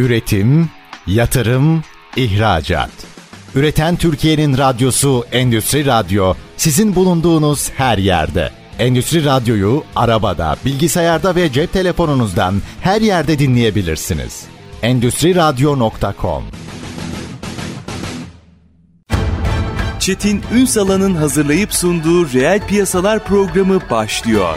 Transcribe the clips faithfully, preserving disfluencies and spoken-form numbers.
Üretim, yatırım, ihracat. Üreten Türkiye'nin radyosu Endüstri Radyo, sizin bulunduğunuz her yerde. Endüstri Radyo'yu arabada, bilgisayarda ve cep telefonunuzdan her yerde dinleyebilirsiniz. endüstri radyo nokta com. Çetin Ünsal'ın hazırlayıp sunduğu Reel Piyasalar programı başlıyor.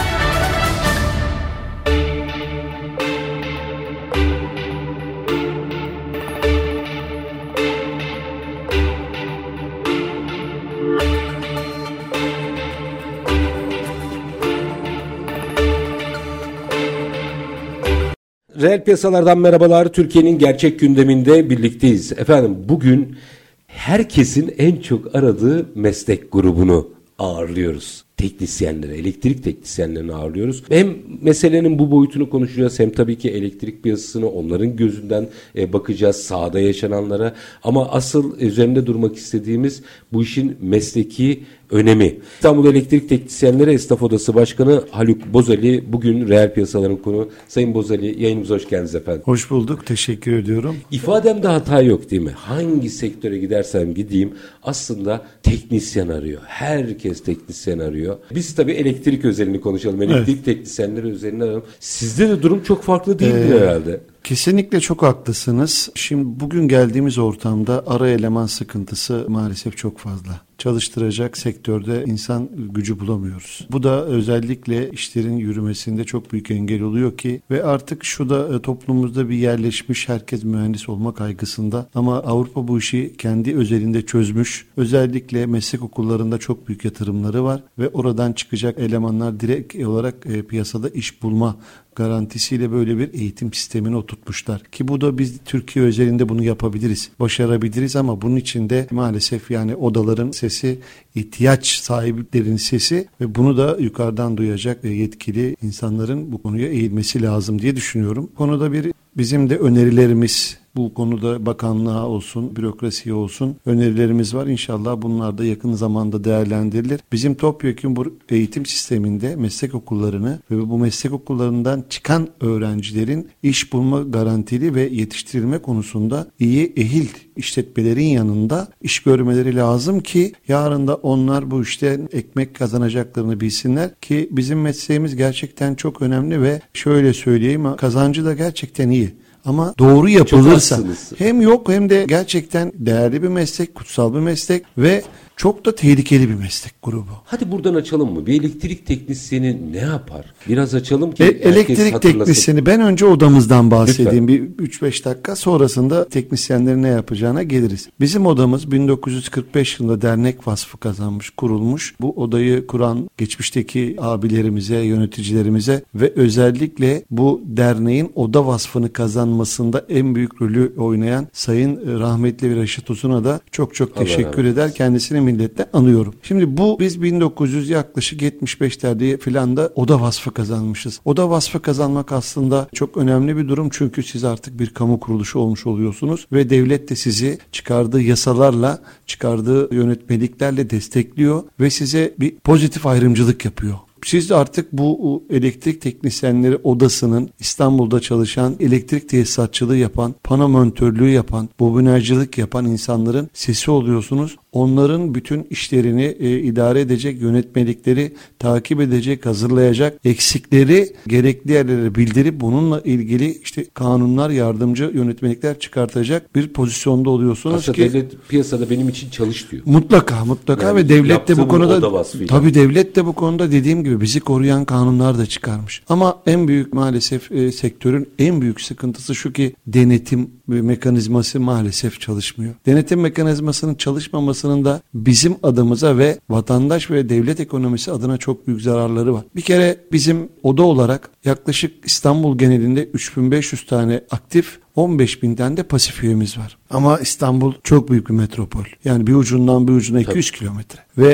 Reel piyasalardan merhabalar. Türkiye'nin gerçek gündeminde birlikteyiz. Efendim bugün herkesin en çok aradığı meslek grubunu ağırlıyoruz. Teknisyenleri, elektrik teknisyenlerini ağırlıyoruz. Hem meselenin bu boyutunu konuşacağız, hem tabii ki elektrik piyasasını onların gözünden e, bakacağız, sahada yaşananlara. Ama asıl üzerinde durmak istediğimiz bu işin mesleki önemi. İstanbul Elektrik Teknisyenleri Esnaf Odası Başkanı Haluk Bozali bugün reel piyasaların konu. Sayın Bozali, yayınımıza hoş geldiniz efendim. Hoş bulduk, teşekkür ediyorum. İfademde hata yok değil mi? Hangi sektöre gidersem gideyim aslında teknisyen arıyor. Herkes teknisyen arıyor. Biz tabii elektrik özelini konuşalım. Elektrik evet. teknisyenleri özelini arayalım. Sizde de durum çok farklı değildir ee, herhalde. Kesinlikle çok haklısınız. Şimdi bugün geldiğimiz ortamda ara eleman sıkıntısı maalesef çok fazla. Çalıştıracak sektörde insan gücü bulamıyoruz. Bu da özellikle işlerin yürümesinde çok büyük engel oluyor ki ve artık şu da toplumumuzda bir yerleşmiş, herkes mühendis olma kaygısında, ama Avrupa bu işi kendi özelinde çözmüş. Özellikle meslek okullarında çok büyük yatırımları var ve oradan çıkacak elemanlar direkt olarak e, piyasada iş bulma garantisiyle böyle bir eğitim sistemini oturtmuşlar. Ki bu da biz Türkiye özelinde bunu yapabiliriz, başarabiliriz, ama bunun için de maalesef yani odaların sesi, ihtiyaç sahiplerinin sesi ve bunu da yukarıdan duyacak yetkili insanların bu konuya eğilmesi lazım diye düşünüyorum. Bu konuda bir bizim de önerilerimiz, bu konuda bakanlığa olsun, bürokrasiye olsun önerilerimiz var. İnşallah bunlar da yakın zamanda değerlendirilir. Bizim topyekun bu eğitim sisteminde meslek okullarını ve bu meslek okullarından çıkan öğrencilerin iş bulma garantili ve yetiştirilme konusunda iyi ehil işletmelerin yanında iş görmeleri lazım ki yarın da onlar bu işten ekmek kazanacaklarını bilsinler ki bizim mesleğimiz gerçekten çok önemli ve şöyle söyleyeyim, kazancı da gerçekten iyi. Ama doğru yapılırsa hem yok hem de gerçekten değerli bir meslek, kutsal bir meslek ve çok da tehlikeli bir meslek grubu. Hadi buradan açalım mı? Bir elektrik teknisyeni ne yapar? Biraz açalım ki e, elektrik teknisyeni, ben önce odamızdan bahsedeyim. Lütfen. Bir üç beş dakika sonrasında teknisyenlerin ne yapacağına geliriz. Bizim odamız bin dokuz yüz kırk beş yılında dernek vasfı kazanmış, kurulmuş. Bu odayı kuran geçmişteki abilerimize, yöneticilerimize ve özellikle bu derneğin oda vasfını kazanmasında en büyük rolü oynayan Sayın rahmetli Reşit Uzun'a da çok çok teşekkür eder. Kendisini milletle anıyorum. Şimdi bu biz bin dokuz yüz yaklaşık yetmiş beşlerde filan da oda vasfı kazanmışız. Oda vasfı kazanmak aslında çok önemli bir durum, çünkü siz artık bir kamu kuruluşu olmuş oluyorsunuz ve devlet de sizi çıkardığı yasalarla, çıkardığı yönetmeliklerle destekliyor ve size bir pozitif ayrımcılık yapıyor. Siz de artık bu elektrik teknisyenleri odasının İstanbul'da çalışan, elektrik tesisatçılığı yapan, pano montörlüğü yapan, bobinajcılık yapan insanların sesi oluyorsunuz. Onların bütün işlerini e, idare edecek, yönetmelikleri takip edecek, hazırlayacak, eksikleri gerekli yerlere bildirip bununla ilgili işte kanunlar, yardımcı yönetmelikler çıkartacak bir pozisyonda oluyorsunuz. Aslında ki devlet piyasada benim için çalış diyor. Mutlaka mutlaka yani ve devlet de bu konuda tabii devlet de bu konuda dediğim gibi bizi koruyan kanunlar da çıkarmış. Ama en büyük maalesef e, sektörün en büyük sıkıntısı şu ki denetim mekanizması maalesef çalışmıyor. Denetim mekanizmasının çalışmamasının da bizim adımıza ve vatandaş ve devlet ekonomisi adına çok büyük zararları var. Bir kere bizim oda olarak yaklaşık İstanbul genelinde üç bin beş yüz tane aktif, on beş bin tane de pasif üyemiz var. Ama İstanbul çok büyük bir metropol. Yani bir ucundan bir ucuna iki yüz kilometre. Ve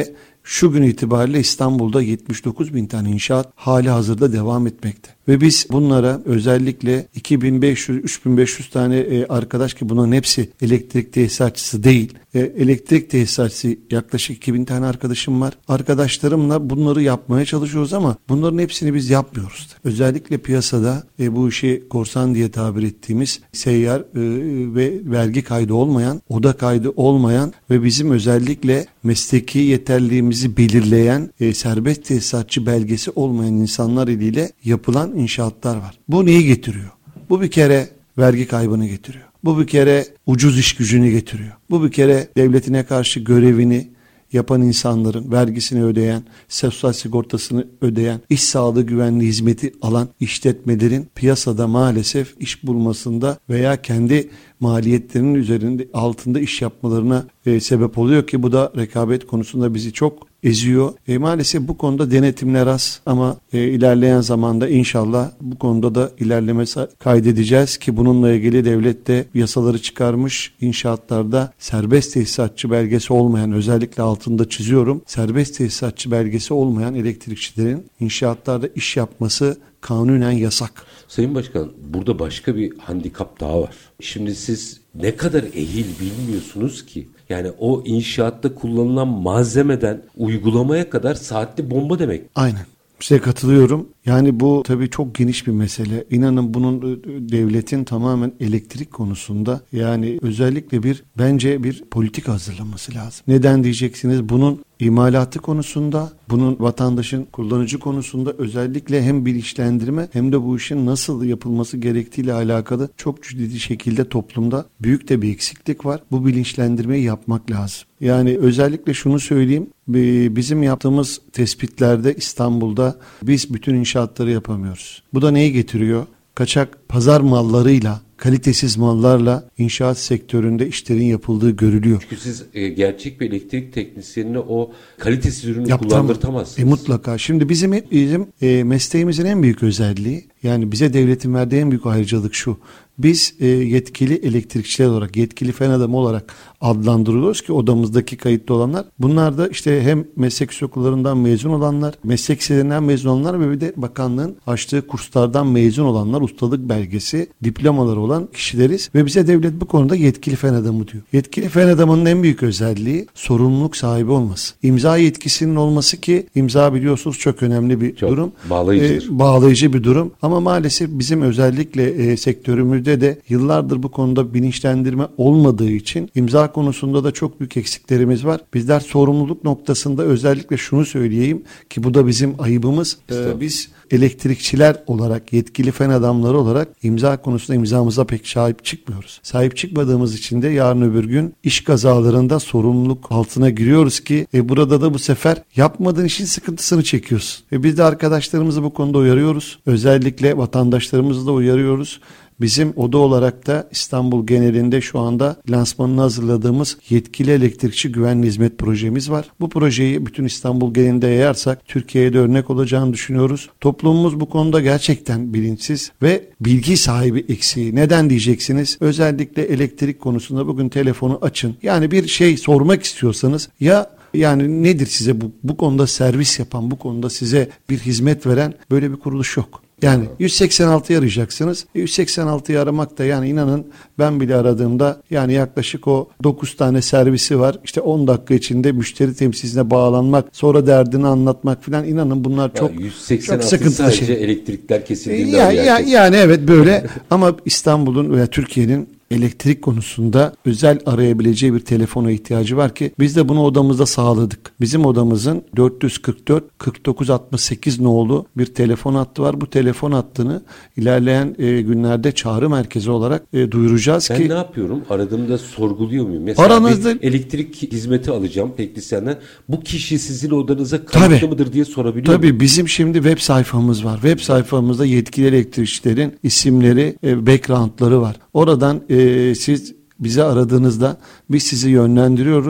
şu gün itibariyle İstanbul'da yetmiş dokuz bin tane inşaat hali hazırda devam etmekte. Ve biz bunlara özellikle iki bin beş yüz üç bin beş yüz tane e, arkadaş ki bunların hepsi elektrik tesisatçısı değil. E, elektrik tesisatçısı yaklaşık iki bin tane arkadaşım var. Arkadaşlarımla bunları yapmaya çalışıyoruz ama bunların hepsini biz yapmıyoruz. Özellikle piyasada e, bu işi korsan diye tabir ettiğimiz seyyar e, ve vergi kaydı olmayan, oda kaydı olmayan ve bizim özellikle mesleki yeterliliğimizi belirleyen e, serbest tesisatçı belgesi olmayan insanlar eliyle yapılan inşaatlar var. Bu neyi getiriyor? Bu bir kere vergi kaybını getiriyor. Bu bir kere ucuz iş gücünü getiriyor. Bu bir kere devletine karşı görevini yapan insanların, vergisini ödeyen, sosyal sigortasını ödeyen, iş sağlığı güvenliği hizmeti alan işletmelerin piyasada maalesef iş bulmasında veya kendi maliyetlerinin üzerinde altında iş yapmalarına e, sebep oluyor ki bu da rekabet konusunda bizi çok eziyor. E, maalesef bu konuda denetimler az ama e, ilerleyen zamanda inşallah bu konuda da ilerleme kaydedeceğiz ki bununla ilgili devlet de yasaları çıkarmış. İnşaatlarda serbest tesisatçı belgesi olmayan, özellikle altında çiziyorum, serbest tesisatçı belgesi olmayan elektrikçilerin inşaatlarda iş yapması kanunen yasak. Sayın Başkan, burada başka bir handikap daha var. Şimdi siz ne kadar ehil bilmiyorsunuz ki. Yani o inşaatta kullanılan malzemeden uygulamaya kadar saatli bomba demek. Aynen. Size katılıyorum. Yani bu tabii çok geniş bir mesele. İnanın bunun devletin tamamen elektrik konusunda yani özellikle bir bence bir politika hazırlaması lazım. Neden diyeceksiniz? Bunun imalatı konusunda, bunun vatandaşın kullanıcı konusunda özellikle hem bilinçlendirme hem de bu işin nasıl yapılması gerektiğiyle alakalı çok ciddi şekilde toplumda büyük de bir eksiklik var. Bu bilinçlendirmeyi yapmak lazım. Yani özellikle şunu söyleyeyim, bizim yaptığımız tespitlerde İstanbul'da biz bütün inşaatları yapamıyoruz. Bu da neyi getiriyor? Kaçak pazar mallarıyla, kalitesiz mallarla inşaat sektöründe işlerin yapıldığı görülüyor. Çünkü siz e, gerçek bir elektrik teknisyenine o kalitesiz ürünü kullandırtamazsınız. E, mutlaka. Şimdi bizim bizim e, mesleğimizin en büyük özelliği, yani bize devletin verdiği en büyük ayrıcalık şu. Biz e, yetkili elektrikçiler olarak, yetkili fen adamı olarak adlandırıyoruz ki odamızdaki kayıtlı olanlar. Bunlar da işte hem meslek okullarından mezun olanlar, meslek liselerinden mezun olanlar ve bir de bakanlığın açtığı kurslardan mezun olanlar, ustalık belgesi, diplomaları olan kişileriz ve bize devlet bu konuda yetkili fen adamı diyor. Yetkili fen adamının en büyük özelliği sorumluluk sahibi olması. İmza yetkisinin olması ki imza biliyorsunuz çok önemli bir çok durum. Bağlayıcıdır. E, bağlayıcı bir durum ama maalesef bizim özellikle e, sektörümüzde de yıllardır bu konuda bilinçlendirme olmadığı için imza konusunda da çok büyük eksiklerimiz var. Bizler sorumluluk noktasında özellikle şunu söyleyeyim ki bu da bizim ayıbımız. Ee, biz elektrikçiler olarak, yetkili fen adamları olarak imza konusunda imzamıza pek sahip çıkmıyoruz. Sahip çıkmadığımız için de yarın öbür gün iş kazalarında sorumluluk altına giriyoruz ki e, burada da bu sefer yapmadığın işin sıkıntısını çekiyorsun. Ve biz de arkadaşlarımızı bu konuda uyarıyoruz. Özellikle vatandaşlarımızı da uyarıyoruz. Bizim oda olarak da İstanbul genelinde şu anda lansmanını hazırladığımız yetkili elektrikçi güvenli hizmet projemiz var. Bu projeyi bütün İstanbul genelinde yayarsak Türkiye'ye de örnek olacağını düşünüyoruz. Toplumumuz bu konuda gerçekten bilinçsiz ve bilgi sahibi eksiği. Neden diyeceksiniz? Özellikle elektrik konusunda bugün telefonu açın. Yani bir şey sormak istiyorsanız ya yani nedir size bu, bu konuda servis yapan, bu konuda size bir hizmet veren böyle bir kuruluş yok. Yani yüz seksen altıyı arayacaksınız. yüz seksen altıyı aramak da yani inanın ben bile aradığımda yani yaklaşık o dokuz tane servisi var. İşte on dakika içinde müşteri temsilcisine bağlanmak, sonra derdini anlatmak filan, inanın bunlar çok, ya yüz seksen altı çok sıkıntılı sadece şey. elektrikler kesildiğinde ya, ya, yani evet böyle ama İstanbul'un veya Türkiye'nin elektrik konusunda özel arayabileceği bir telefona ihtiyacı var ki biz de bunu odamızda sağladık. Bizim odamızın dört yüz kırk dört kırk dokuz altmış sekiz nolu bir telefon hattı var. Bu telefon hattını ilerleyen e, günlerde çağrı merkezi olarak e, duyuracağız ben ki. Ben ne yapıyorum? Aradığımda sorguluyor muyum? Mesela aranızda bir elektrik hizmeti alacağım teknisyenden. Bu kişi sizin odanıza kayıtlı mıdır diye sorabiliyor Tabii muyum? bizim şimdi web sayfamız var. Web sayfamızda yetkili elektrikçilerin isimleri, e, backgroundları var. Oradan e, siz bizi aradığınızda biz sizi yönlendiriyoruz.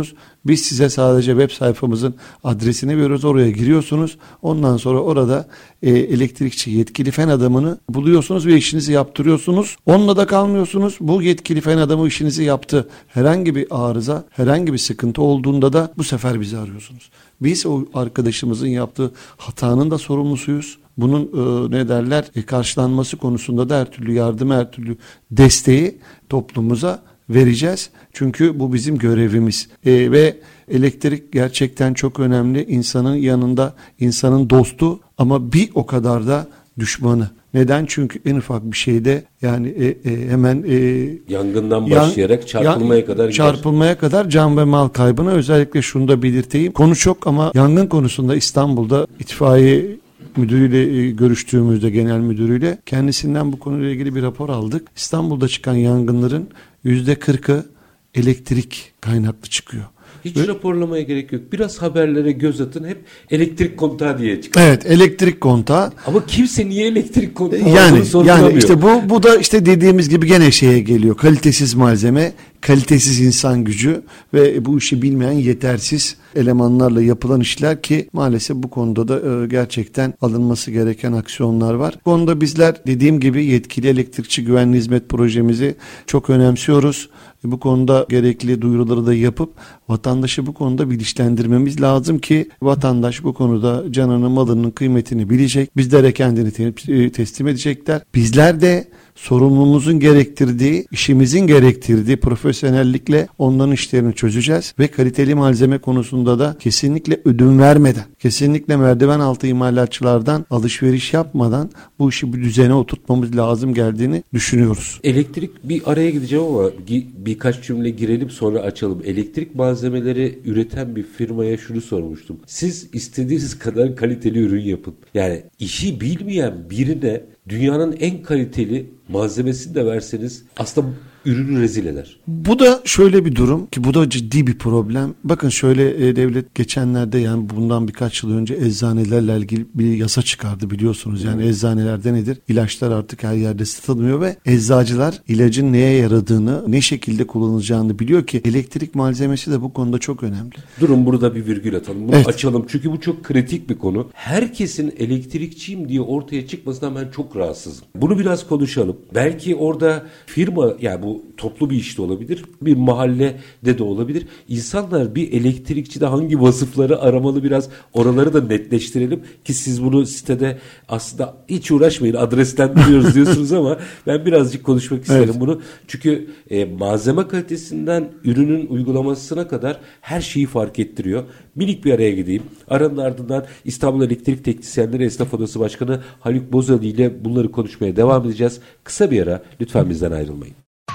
Biz size sadece web sayfamızın adresini veriyoruz. Oraya giriyorsunuz. Ondan sonra orada e, elektrikçi yetkili fen adamını buluyorsunuz ve işinizi yaptırıyorsunuz. Onunla da kalmıyorsunuz. Bu yetkili fen adamı işinizi yaptı. Herhangi bir arıza, herhangi bir sıkıntı olduğunda da bu sefer bizi arıyorsunuz. Biz o arkadaşımızın yaptığı hatanın da sorumlusuyuz. Bunun e, ne derler e, karşılanması konusunda da her türlü yardım, her türlü desteği toplumumuza vereceğiz. Çünkü bu bizim görevimiz. E, ve elektrik gerçekten çok önemli. İnsanın yanında, insanın dostu ama bir o kadar da düşmanı. Neden? Çünkü en ufak bir şeyde yani e, e, hemen e, yangından başlayarak yan, çarpılmaya yan, kadar gider. Çarpılmaya kadar can ve mal kaybına, özellikle şunu da belirteyim. Konu çok ama yangın konusunda İstanbul'da itfaiye müdürüyle görüştüğümüzde, genel müdürüyle, kendisinden bu konuyla ilgili bir rapor aldık. İstanbul'da çıkan yangınların yüzde kırkı elektrik kaynaklı çıkıyor. Hiç Ve, raporlamaya gerek yok. Biraz haberlere göz atın, hep elektrik kontağı diye çıkıyor. Evet, elektrik kontağı. Ama kimse niye elektrik kontağı yani, olduğunu sorgulamıyor. Yani işte bu bu da işte dediğimiz gibi gene şeye geliyor. Kalitesiz malzeme, kalitesiz insan gücü ve bu işi bilmeyen yetersiz elemanlarla yapılan işler ki maalesef bu konuda da e, gerçekten alınması gereken aksiyonlar var. Bu konuda bizler dediğim gibi yetkili elektrikçi güvenli hizmet projemizi çok önemsiyoruz. Bu konuda gerekli duyuruları da yapıp vatandaşı bu konuda bilinçlendirmemiz lazım ki vatandaş bu konuda canının, malının kıymetini bilecek. Bizlere kendini te- teslim edecekler. Bizler de sorumluluğumuzun gerektirdiği, işimizin gerektirdiği profesyonellikle onların işlerini çözeceğiz ve kaliteli malzeme konusunda da kesinlikle ödün vermeden, kesinlikle merdiven altı imalatçılardan alışveriş yapmadan bu işi bir düzene oturtmamız lazım geldiğini düşünüyoruz. Elektrik, bir araya gideceğim ama birkaç cümle girelim sonra açalım. Elektrik malzemeleri üreten bir firmaya şunu sormuştum. Siz istediğiniz kadar kaliteli ürün yapın. Yani işi bilmeyen birine dünyanın en kaliteli malzemesini de verseniz aslında ürünü rezil eder. Bu da şöyle bir durum ki bu da ciddi bir problem. Bakın şöyle e, devlet geçenlerde, yani bundan birkaç yıl önce eczanelerle ilgili bir yasa çıkardı, biliyorsunuz. Yani hmm. eczanelerde nedir? İlaçlar artık her yerde satılmıyor ve eczacılar ilacın neye yaradığını, ne şekilde kullanılacağını biliyor ki elektrik malzemesi de bu konuda çok önemli. Durun, burada bir virgül atalım. Bunu evet. açalım çünkü bu çok kritik bir konu. Herkesin elektrikçiyim diye ortaya çıkmasından ben çok rahatsızım. Bunu biraz konuşalım. Belki orada firma, yani bu toplu bir iş de olabilir, bir mahallede de olabilir. İnsanlar bir elektrikçide hangi vasıfları aramalı, biraz oraları da netleştirelim ki siz bunu sitede aslında hiç uğraşmayın, adresten biliyoruz diyorsunuz ama ben birazcık konuşmak isterim evet. bunu. Çünkü e, malzeme kalitesinden ürünün uygulamasına kadar her şeyi fark ettiriyor. Minik bir araya gideyim. Aranın ardından İstanbul Elektrik Teknisyenleri Esnaf Odası Başkanı Haluk Bozali ile bunları konuşmaya devam edeceğiz. Kısa bir ara, lütfen bizden ayrılmayın.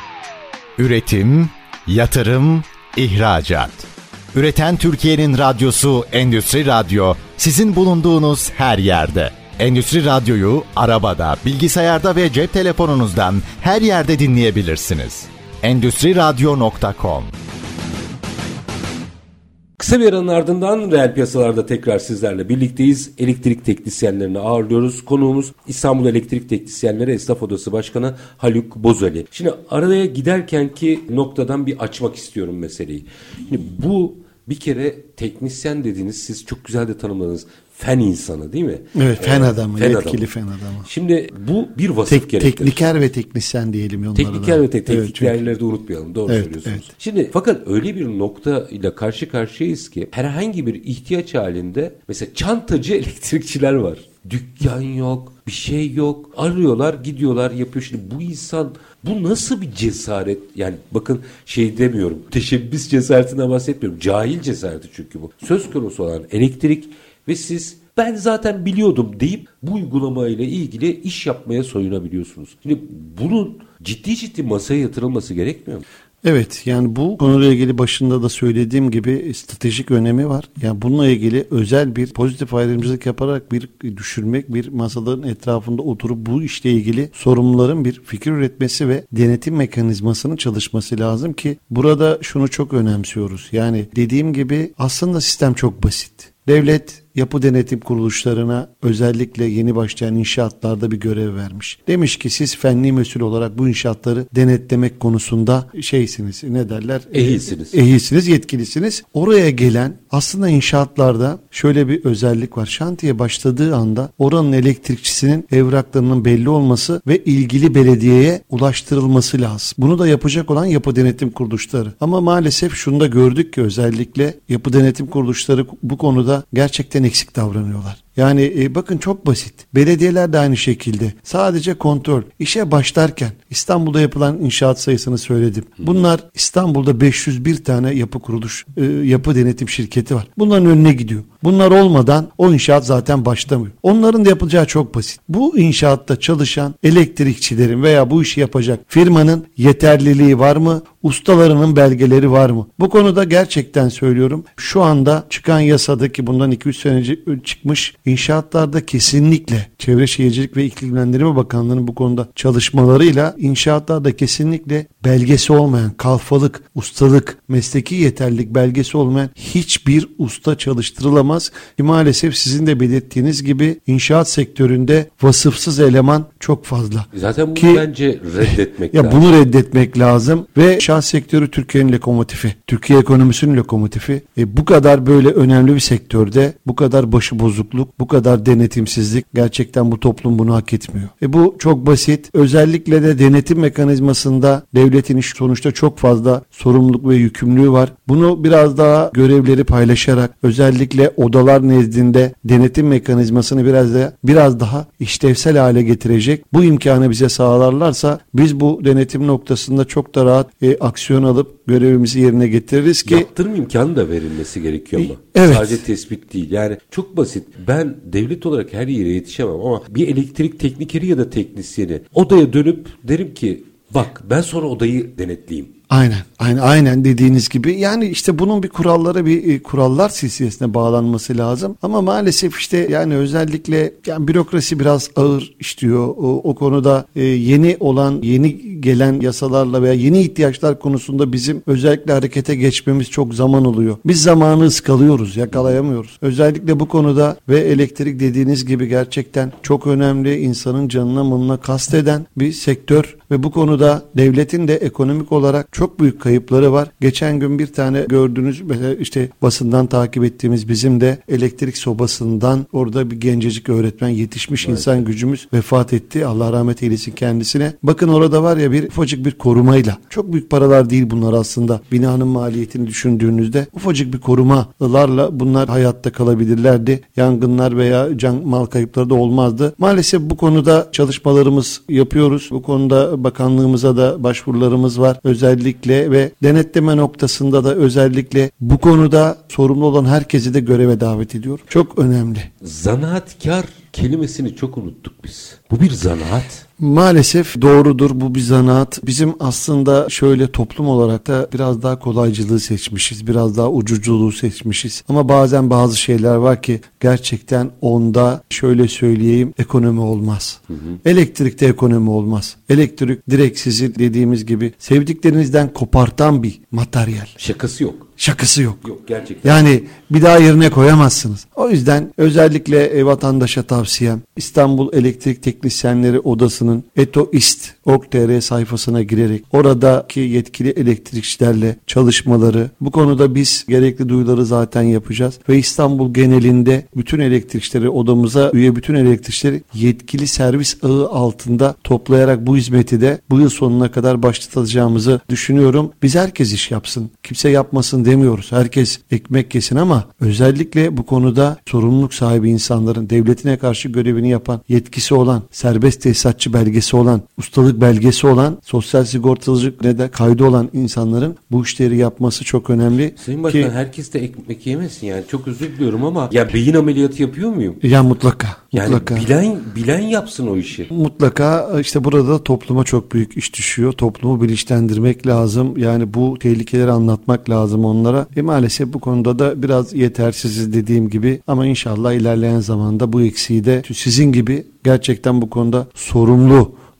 Üretim, yatırım, ihracat. Üreten Türkiye'nin radyosu Endüstri Radyo, sizin bulunduğunuz her yerde. Endüstri Radyo'yu arabada, bilgisayarda ve cep telefonunuzdan her yerde dinleyebilirsiniz. endüstri radyo nokta com. Kısa bir aranın ardından reel piyasalarda tekrar sizlerle birlikteyiz. Elektrik teknisyenlerini ağırlıyoruz. Konuğumuz İstanbul Elektrik Teknisyenleri Esnaf Odası Başkanı Haluk Bozali. Şimdi araya giderkenki noktadan bir açmak istiyorum meseleyi. Şimdi bu bir kere teknisyen dediğiniz, siz çok güzel de tanımladınız. Fen insanı değil mi? Evet, fen ee, adamı, fen yetkili adamı. fen adamı. Şimdi bu bir vasıf Tek, gerektirir. Tekniker ve teknisyen diyelim onlara. Tekniker da. ve te- teknik evet, yerleri de unutmayalım. Doğru evet, söylüyorsunuz. Evet. Şimdi fakat öyle bir nokta ile karşı karşıyayız ki herhangi bir ihtiyaç halinde mesela çantacı elektrikçiler var. Dükkan yok, bir şey yok. Arıyorlar, gidiyorlar, yapıyor. Şimdi bu insan, bu nasıl bir cesaret? Yani bakın şey demiyorum, teşebbüs cesaretinden bahsetmiyorum. Cahil cesareti çünkü bu. Söz konusu olan elektrik ve siz ben zaten biliyordum deyip bu uygulamayla ilgili iş yapmaya soyunabiliyorsunuz. Şimdi bunun ciddi ciddi masaya yatırılması gerekmiyor mu? Evet, yani bu konuyla ilgili başında da söylediğim gibi stratejik önemi var. Yani bununla ilgili özel bir pozitif ayrımcılık yaparak bir düşürmek, bir masaların etrafında oturup bu işle ilgili sorumluların bir fikir üretmesi ve denetim mekanizmasının çalışması lazım ki burada şunu çok önemsiyoruz. Yani dediğim gibi aslında sistem çok basit. Devlet yapı denetim kuruluşlarına özellikle yeni başlayan inşaatlarda bir görev vermiş. Demiş ki siz fenli mesul olarak bu inşaatları denetlemek konusunda şeysiniz, ne derler? Ehilsiniz. Ehilsiniz, yetkilisiniz. Oraya gelen aslında inşaatlarda şöyle bir özellik var. Şantiye başladığı anda oranın elektrikçisinin evraklarının belli olması ve ilgili belediyeye ulaştırılması lazım. Bunu da yapacak olan yapı denetim kuruluşları. Ama maalesef şunu da gördük ki özellikle yapı denetim kuruluşları bu konuda gerçekten eksik davranıyorlar. Yani e, bakın çok basit. Belediyeler de aynı şekilde. Sadece kontrol. İşe başlarken İstanbul'da yapılan inşaat sayısını söyledim. Bunlar İstanbul'da beş yüz bir tane yapı kuruluş, e, yapı denetim şirketi var. Bunların önüne gidiyor. Bunlar olmadan o inşaat zaten başlamıyor. Onların da yapacağı çok basit. Bu inşaatta çalışan elektrikçilerin veya bu işi yapacak firmanın yeterliliği var mı? Ustalarının belgeleri var mı? Bu konuda gerçekten söylüyorum. Şu anda çıkan yasadaki bundan iki üç sene önce çıkmış inşaatlarda kesinlikle Çevre Şehircilik ve İklimlendirme Bakanlığı'nın bu konuda çalışmalarıyla inşaatlarda kesinlikle belgesi olmayan, kalfalık, ustalık, mesleki yeterlilik belgesi olmayan hiçbir usta çalıştırılamaz. E maalesef sizin de belirttiğiniz gibi inşaat sektöründe vasıfsız eleman çok fazla. Zaten bunu Ki, bence reddetmek ya lazım. Bunu reddetmek lazım ve inşaat sektörü Türkiye'nin lokomotifi. Türkiye ekonomisinin lokomotifi. E, bu kadar böyle önemli bir sektörde bu kadar başıbozukluk, bu kadar denetimsizlik gerçekten bu toplum bunu hak etmiyor. E, bu çok basit. Özellikle de denetim mekanizmasında devletin iş sonuçta çok fazla sorumluluk ve yükümlülüğü var. Bunu biraz daha görevleri paylaşarak özellikle odalar nezdinde denetim mekanizmasını biraz da biraz daha işlevsel hale getirecek. Bu imkanı bize sağlarlarsa biz bu denetim noktasında çok da rahat e, aksiyon alıp görevimizi yerine getiririz ki yaptırım imkanı da verilmesi gerekiyor ama. Evet. Sadece tespit değil. Yani çok basit. Ben devlet olarak her yere yetişemem ama bir elektrik teknikeri ya da teknisyeni odaya dönüp derim ki bak ben sonra odayı denetleyeyim. Aynen, aynen, aynen dediğiniz gibi. Yani işte bunun bir kurallara, bir e, kurallar silsilesine bağlanması lazım. Ama maalesef işte yani özellikle yani bürokrasi biraz ağır işliyor. O, o konuda e, yeni olan, yeni gelen yasalarla veya yeni ihtiyaçlar konusunda bizim özellikle harekete geçmemiz çok zaman oluyor. Biz zamanı ıskalıyoruz, yakalayamıyoruz. Özellikle bu konuda ve elektrik dediğiniz gibi gerçekten çok önemli, insanın canına malına kasteden bir sektör ve bu konuda devletin de ekonomik olarak çok büyük kayıpları var. Geçen gün bir tane gördüğünüz mesela işte basından takip ettiğimiz bizim de elektrik sobasından orada bir gencecik öğretmen yetişmiş evet. insan gücümüz vefat etti. Allah rahmet eylesin kendisine. Bakın orada var ya bir ufacık bir korumayla. Çok büyük paralar değil bunlar aslında. Binanın maliyetini düşündüğünüzde ufacık bir korumalarla bunlar hayatta kalabilirlerdi. Yangınlar veya can mal kayıpları da olmazdı. Maalesef bu konuda çalışmalarımız yapıyoruz. Bu konuda bakanlığımıza da başvurularımız var. Özellikle ve denetleme noktasında da özellikle bu konuda sorumlu olan herkesi de göreve davet ediyorum. Çok önemli. Zanaatkar kelimesini çok unuttuk biz. Bu bir zanaat. Maalesef doğrudur, bu bir zanaat. Bizim aslında şöyle toplum olarak da biraz daha kolaycılığı seçmişiz. Biraz daha ucuculuğu seçmişiz. Ama bazen bazı şeyler var ki gerçekten onda şöyle söyleyeyim ekonomi olmaz. Hı hı. Elektrikte ekonomi olmaz. Elektrik direkt sizi dediğimiz gibi sevdiklerinizden kopartan bir materyal. Şakası yok. Şakası yok. Yok gerçekten. Yani bir daha yerine koyamazsınız. O yüzden özellikle vatandaşa tavsiyem İstanbul Elektrik Teknisyenleri Odası'nın etoist nokta org nokta tr sayfasına girerek oradaki yetkili elektrikçilerle çalışmaları, bu konuda biz gerekli duyuruları zaten yapacağız ve İstanbul genelinde bütün elektrikçileri, odamıza üye bütün elektrikçileri yetkili servis ağı altında toplayarak bu hizmeti de bu yıl sonuna kadar başlatacağımızı düşünüyorum. Biz herkes iş yapsın. Kimse yapmasın demiyoruz. Herkes ekmek yesin ama özellikle bu konuda sorumluluk sahibi insanların, devletine karşı görevini yapan, yetkisi olan, serbest tesisatçı belgesi olan, ustalık belgesi olan, sosyal sigortacılık ne de kaydı olan insanların bu işleri yapması çok önemli. Sayın Başkan, ki, herkes de ekmek yemesin yani, çok özür diliyorum ama ya beyin ameliyatı yapıyor muyum? Ya mutlaka. Yani mutlaka. bilen bilen yapsın o işi. Mutlaka işte burada topluma çok büyük iş düşüyor. Toplumu bilinçlendirmek lazım. Yani bu tehlikeleri anlatmak lazım onlara. E maalesef bu konuda da biraz yetersiziz dediğim gibi ama inşallah ilerleyen zamanda bu eksiği de sizin gibi gerçekten bu konuda sorumlu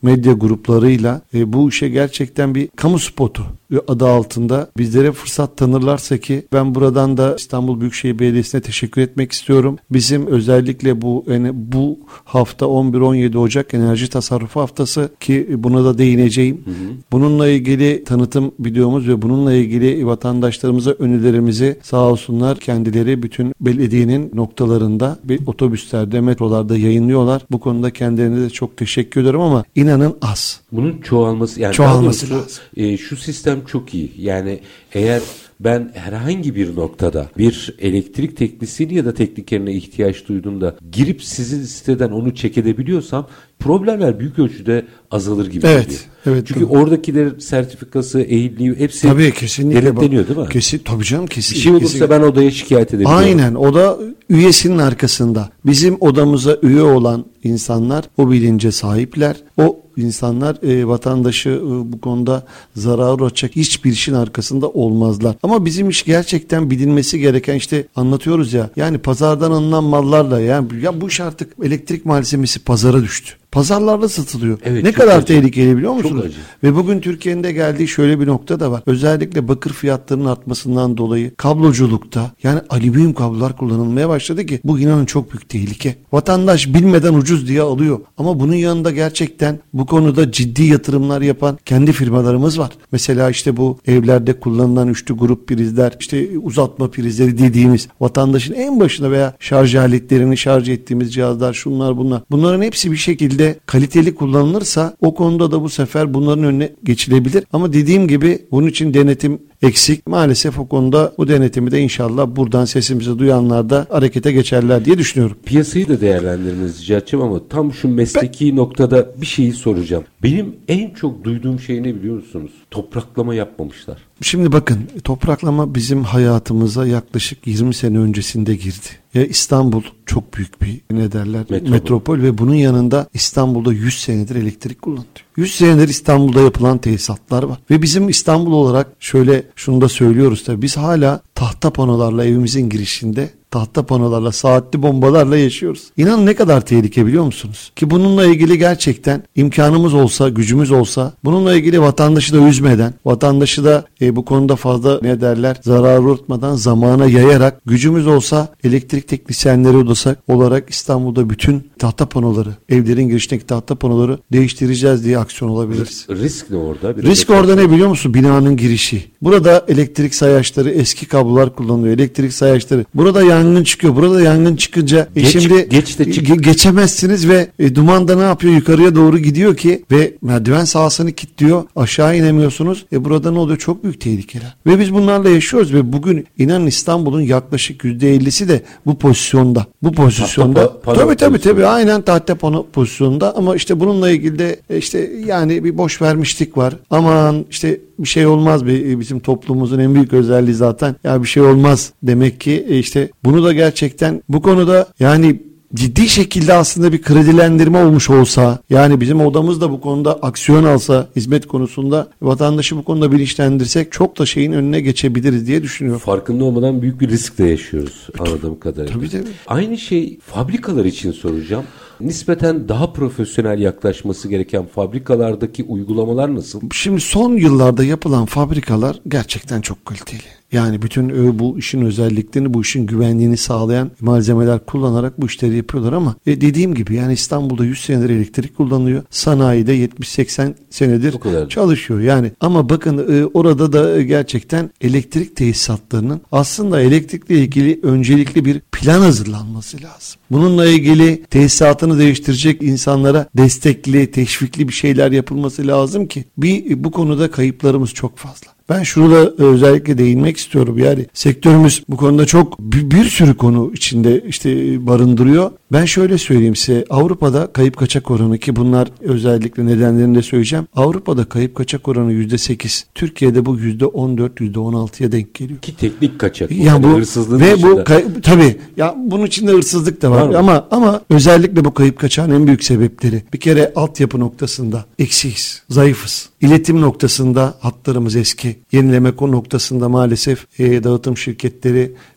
medya gruplarıyla e, bu işe gerçekten bir kamu spotu adı altında bizlere fırsat tanırlarsa ki ben buradan da İstanbul Büyükşehir Belediyesi'ne teşekkür etmek istiyorum. Bizim özellikle bu yani bu hafta on bir on yedi Ocak enerji tasarrufu haftası ki buna da değineceğim. Hı hı. Bununla ilgili tanıtım videomuz ve bununla ilgili vatandaşlarımıza önerilerimizi sağ olsunlar kendileri bütün belediyenin noktalarında ve otobüslerde, metrolarda yayınlıyorlar. Bu konuda kendilerine de çok teşekkür ederim ama inanın az. Bunun çoğalması yani çoğalması lazım. E, şu sistem çok iyi. Yani eğer ben herhangi bir noktada bir elektrik teknisyeni ya da teknikerine ihtiyaç duyduğumda girip sizin siteden onu check edebiliyorsam problemler büyük ölçüde azalır gibi evet, geliyor. Evet, çünkü tabii. oradakilerin sertifikası, eğitliği hepsi tabii, kesinlikle denetleniyor değil mi? Kesin, tabii canım kesin. Bir şey olursa kesin. ben odaya şikayet edebiliyorum. Aynen, o da üyesinin arkasında. Bizim odamıza üye olan insanlar o bilince sahipler. O insanlar e, vatandaşı e, bu konuda zarar uğratacak hiçbir işin arkasında olmazlar. Ama bizim iş gerçekten bilinmesi gereken işte anlatıyoruz ya. Yani pazardan alınan mallarla yani ya bu iş artık elektrik malzemesi pazara düştü. Pazarlarda satılıyor. Evet, ne kadar acı. Tehlikeli biliyor musunuz? Ve bugün Türkiye'nin de geldiği şöyle bir nokta da var. Özellikle bakır fiyatlarının artmasından dolayı kabloculukta yani alüminyum kablolar kullanılmaya başladı ki bu inanın çok büyük tehlike. Vatandaş bilmeden ucuz diye alıyor. Ama bunun yanında gerçekten bu konuda ciddi yatırımlar yapan kendi firmalarımız var. Mesela işte bu evlerde kullanılan üçlü grup prizler, işte uzatma prizleri dediğimiz vatandaşın en başına veya şarj aletlerini şarj ettiğimiz cihazlar şunlar bunlar. Bunların hepsi bir şekilde kaliteli kullanılırsa o konuda da bu sefer bunların önüne geçilebilir. Ama dediğim gibi bunun için denetim eksik. Maalesef o konuda bu denetimi de inşallah buradan sesimizi duyanlar da harekete geçerler diye düşünüyorum. Piyasayı da değerlendirmenizi rica edeceğim ama tam şu mesleki ben... noktada bir şeyi soracağım. Benim en çok duyduğum şey ne biliyor musunuz? Topraklama yapmamışlar. Şimdi bakın, topraklama bizim hayatımıza yaklaşık yirmi sene öncesinde girdi. Ya İstanbul çok büyük bir ne derler metropol. metropol ve bunun yanında İstanbul'da yüz senedir elektrik kullanılıyor. yüz senedir İstanbul'da yapılan tesisatlar var. Ve bizim İstanbul olarak şöyle şunu da söylüyoruz tabii, biz hala tahta panolarla evimizin girişinde tahta panolarla, saatli bombalarla yaşıyoruz. İnanın ne kadar tehlike biliyor musunuz? Ki bununla ilgili gerçekten imkanımız olsa, gücümüz olsa, bununla ilgili vatandaşı da üzmeden, vatandaşı da e, bu konuda fazla ne derler zarar uğratmadan zamana yayarak, gücümüz olsa elektrik teknisyenleri odası olarak İstanbul'da bütün tahta panoları, evlerin girişindeki tahta panoları değiştireceğiz diye aksiyon olabiliriz. Risk ne orada? Bir Risk orada ne biliyor musun? Binanın girişi. Burada elektrik sayaçları, eski kablolar kullanılıyor. Elektrik sayaçları. Burada yangın çıkıyor. Burada yangın çıkınca e geç, şimdi geç de çık- ge- geçemezsiniz ve e, duman da ne yapıyor? Yukarıya doğru gidiyor ki ve merdiven sahasını kilitliyor. Aşağı inemiyorsunuz. E burada ne oluyor? Çok büyük tehlikeler. Ve biz bunlarla yaşıyoruz ve bugün inanın İstanbul'un yaklaşık yüzde ellisi de bu pozisyonda. Bu pozisyonda. Tahta, pa- tabii tabii tabii aynen tahta pano pozisyonda ama işte bununla ilgili de işte yani bir boş vermişlik var. Aman işte bir şey olmaz, bir bizim toplumumuzun en büyük özelliği zaten ya bir şey olmaz demek ki işte bunu da gerçekten bu konuda yani ciddi şekilde aslında bir kredilendirme olmuş olsa, yani bizim odamız da bu konuda aksiyon alsa, hizmet konusunda vatandaşı bu konuda bilinçlendirsek çok da şeyin önüne geçebiliriz diye düşünüyorum. Farkında olmadan büyük bir riskle yaşıyoruz anladığım kadarıyla. Tabii tabii. Aynı şey fabrikalar için soracağım. Nispeten daha profesyonel yaklaşması gereken fabrikalardaki uygulamalar nasıl? Şimdi son yıllarda yapılan fabrikalar gerçekten çok kaliteli. Yani bütün bu işin özelliklerini, bu işin güvenliğini sağlayan malzemeler kullanarak bu işleri yapıyorlar ama e dediğim gibi yani İstanbul'da yüz senedir elektrik kullanılıyor. Sanayide yetmiş seksen senedir çalışıyor. Yani ama bakın e, orada da gerçekten elektrik tesisatlarının aslında elektrikle ilgili öncelikli bir plan hazırlanması lazım. Bununla ilgili tesisatını değiştirecek insanlara destekli, teşvikli bir şeyler yapılması lazım ki bir bu konuda kayıplarımız çok fazla. Ben şurada özellikle değinmek istiyorum. Yani sektörümüz bu konuda çok bir, bir sürü konu içinde işte barındırıyor. Ben şöyle söyleyeyim size, Avrupa'da kayıp kaçak oranı, ki bunlar özellikle nedenlerini de söyleyeceğim. Avrupa'da kayıp kaçak oranı yüzde sekiz. Türkiye'de bu yüzde on dört, yüzde on altıya denk geliyor. Ki teknik kaçak. Bu yani bu hırsızlığın ve dışında. bu kay, tabii ya bunun içinde hırsızlık da var, var ama ama özellikle bu kayıp kaçağın en büyük sebepleri bir kere altyapı noktasında eksiyiz, zayıfız. İletim noktasında hatlarımız eski. Yenileme noktasında maalesef e, dağıtım şirketleri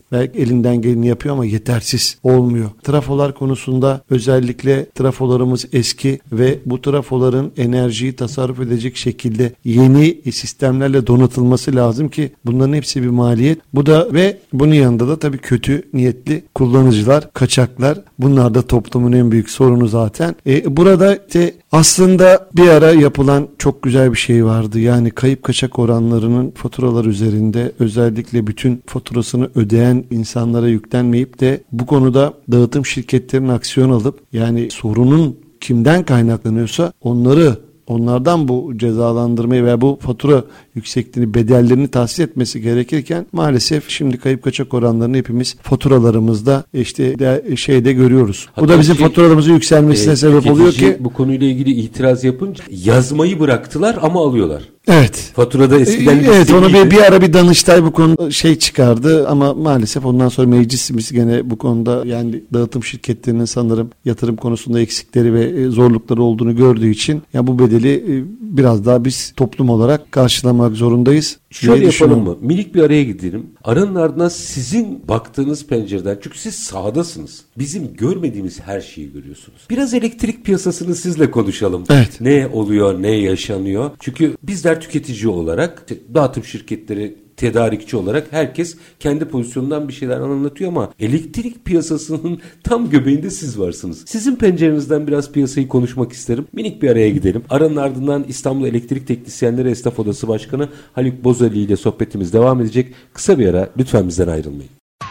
belki elinden geleni yapıyor ama yetersiz olmuyor. Trafolar konusunda özellikle trafolarımız eski ve bu trafoların enerjiyi tasarruf edecek şekilde yeni sistemlerle donatılması lazım ki bunların hepsi bir maliyet. Bu da ve bunun yanında da tabii kötü niyetli kullanıcılar, kaçaklar. Bunlar da toplumun en büyük sorunu zaten. E, burada işte aslında bir ara yapılan çok güzel bir şey vardı. Yani kayıp kaçak oranlarının faturalar üzerinde özellikle bütün faturasını ödeyen insanlara yüklenmeyip de bu konuda dağıtım şirketlerinin aksiyon alıp yani sorunun kimden kaynaklanıyorsa onları onlardan bu cezalandırmayı veya bu fatura yüksekliğini, bedellerini tahsis etmesi gerekirken maalesef şimdi kayıp kaçak oranlarını hepimiz faturalarımızda işte de, şeyde görüyoruz. Hatta bu da bizim şey, faturalarımızın yükselmesine e, sebep oluyor ki bu konuyla ilgili itiraz yapınca yazmayı bıraktılar ama alıyorlar. Evet. Faturada eskiden evet onu bir, bir ara bir Danıştay bu konuda şey çıkardı ama maalesef ondan sonra meclisimiz gene bu konuda yani dağıtım şirketlerinin sanırım yatırım konusunda eksikleri ve zorlukları olduğunu gördüğü için ya bu bedeli biraz daha biz toplum olarak karşılamak zorundayız. Şöyle yapalım mı? Minik bir araya gidelim. Aranın ardından sizin baktığınız pencereden çünkü siz sahadasınız. Bizim görmediğimiz her şeyi görüyorsunuz. Biraz elektrik piyasasını sizle konuşalım. Evet. Ne oluyor, ne yaşanıyor? Çünkü bizler tüketici olarak, dağıtım şirketleri tedarikçi olarak herkes kendi pozisyonundan bir şeyler anlatıyor ama elektrik piyasasının tam göbeğinde siz varsınız. Sizin pencerenizden biraz piyasayı konuşmak isterim. Minik bir araya gidelim. Aranın ardından İstanbul Elektrik Teknisyenleri Esnaf Odası Başkanı Haluk Bozali ile sohbetimiz devam edecek. Kısa bir ara, lütfen bizden ayrılmayın.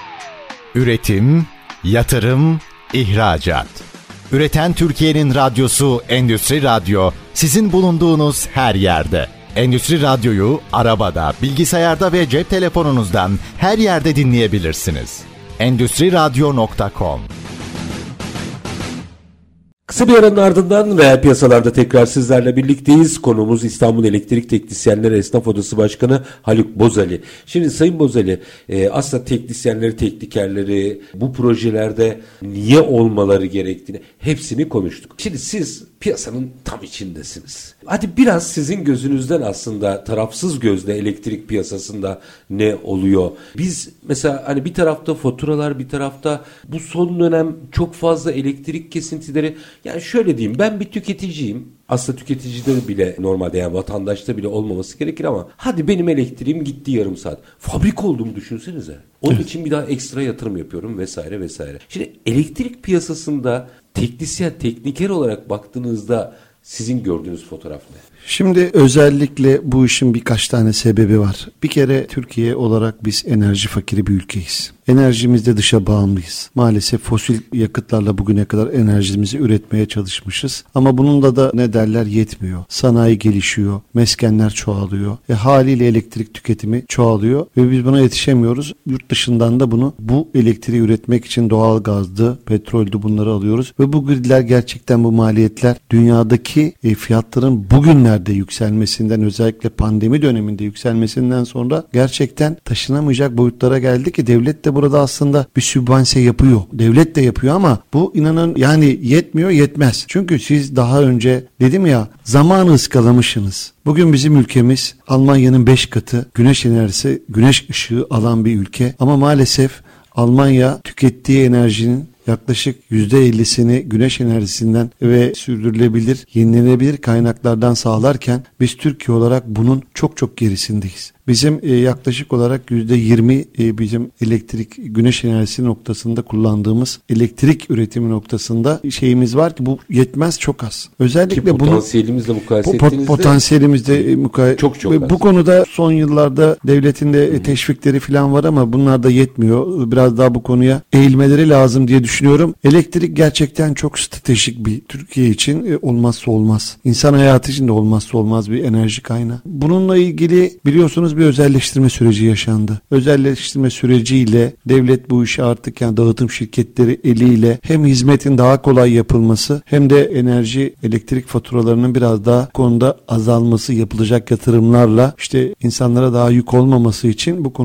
Üretim, yatırım, ihracat. Üreten Türkiye'nin radyosu Endüstri Radyo, sizin bulunduğunuz her yerde. Endüstri Radyo'yu arabada, bilgisayarda ve cep telefonunuzdan her yerde dinleyebilirsiniz. endüstri radyo nokta com. Kısa bir aranın ardından reel piyasalarda tekrar sizlerle birlikteyiz. Konuğumuz İstanbul Elektrik Teknisyenleri Esnaf Odası Başkanı Haluk Bozali. Şimdi Sayın Bozali, e, aslında teknisyenleri, teknikerleri bu projelerde niye olmaları gerektiğini hepsini konuştuk. Şimdi siz piyasanın tam içindesiniz. Hadi biraz sizin gözünüzden aslında tarafsız gözle elektrik piyasasında ne oluyor? Biz mesela hani bir tarafta faturalar, bir tarafta bu son dönem çok fazla elektrik kesintileri. Yani şöyle diyeyim, ben bir tüketiciyim. Aslında tüketicide bile normalde yani vatandaşta bile olmaması gerekir ama hadi benim elektriğim gitti yarım saat. Fabrika olduğumu düşünsenize. Onun evet. için bir daha ekstra yatırım yapıyorum vesaire vesaire. Şimdi elektrik piyasasında teknisyen, tekniker olarak baktığınızda sizin gördüğünüz fotoğraf ne? Şimdi özellikle bu işin birkaç tane sebebi var. Bir kere Türkiye olarak biz enerji fakiri bir ülkeyiz. Enerjimizde dışa bağımlıyız. Maalesef fosil yakıtlarla bugüne kadar enerjimizi üretmeye çalışmışız. Ama bununla da ne derler yetmiyor. Sanayi gelişiyor, meskenler çoğalıyor. E, haliyle elektrik tüketimi çoğalıyor ve biz buna yetişemiyoruz. Yurt dışından da bunu bu elektriği üretmek için doğal gazdı, petroldü bunları alıyoruz. Ve bu gridler gerçekten bu maliyetler dünyadaki e, fiyatların bugünlerde yükselmesinden özellikle pandemi döneminde yükselmesinden sonra gerçekten taşınamayacak boyutlara geldi ki devlet de burada aslında bir sübvanse yapıyor. Devlet de yapıyor ama bu inanın yani yetmiyor yetmez. Çünkü siz daha önce dedim ya zamanı ıskalamışsınız. Bugün bizim ülkemiz Almanya'nın beş katı güneş enerjisi, güneş ışığı alan bir ülke ama maalesef Almanya tükettiği enerjinin yaklaşık yüzde ellisini güneş enerjisinden ve sürdürülebilir, yenilenebilir kaynaklardan sağlarken biz Türkiye olarak bunun çok çok gerisindeyiz. Bizim e, yaklaşık olarak yüzde yirmi e, bizim elektrik, güneş enerjisi noktasında kullandığımız elektrik üretimi noktasında şeyimiz var ki bu yetmez, çok az. Özellikle ki potansiyelimizle mukayese ettiğinizde potansiyelimizde e, mukayese çok çok az. Bu konuda son yıllarda devletin de hmm. teşvikleri falan var ama bunlar da yetmiyor. Biraz daha bu konuya eğilmeleri lazım diye düşünüyorum. Elektrik gerçekten çok stratejik bir Türkiye için e, olmazsa olmaz. İnsan hayatı için de olmazsa olmaz bir enerji kaynağı. Bununla ilgili biliyorsunuz bir özelleştirme süreci yaşandı. Özelleştirme süreciyle devlet bu işi artık yani dağıtım şirketleri eliyle hem hizmetin daha kolay yapılması hem de enerji elektrik faturalarının biraz daha konuda azalması yapılacak yatırımlarla işte insanlara daha yük olmaması için bu konuda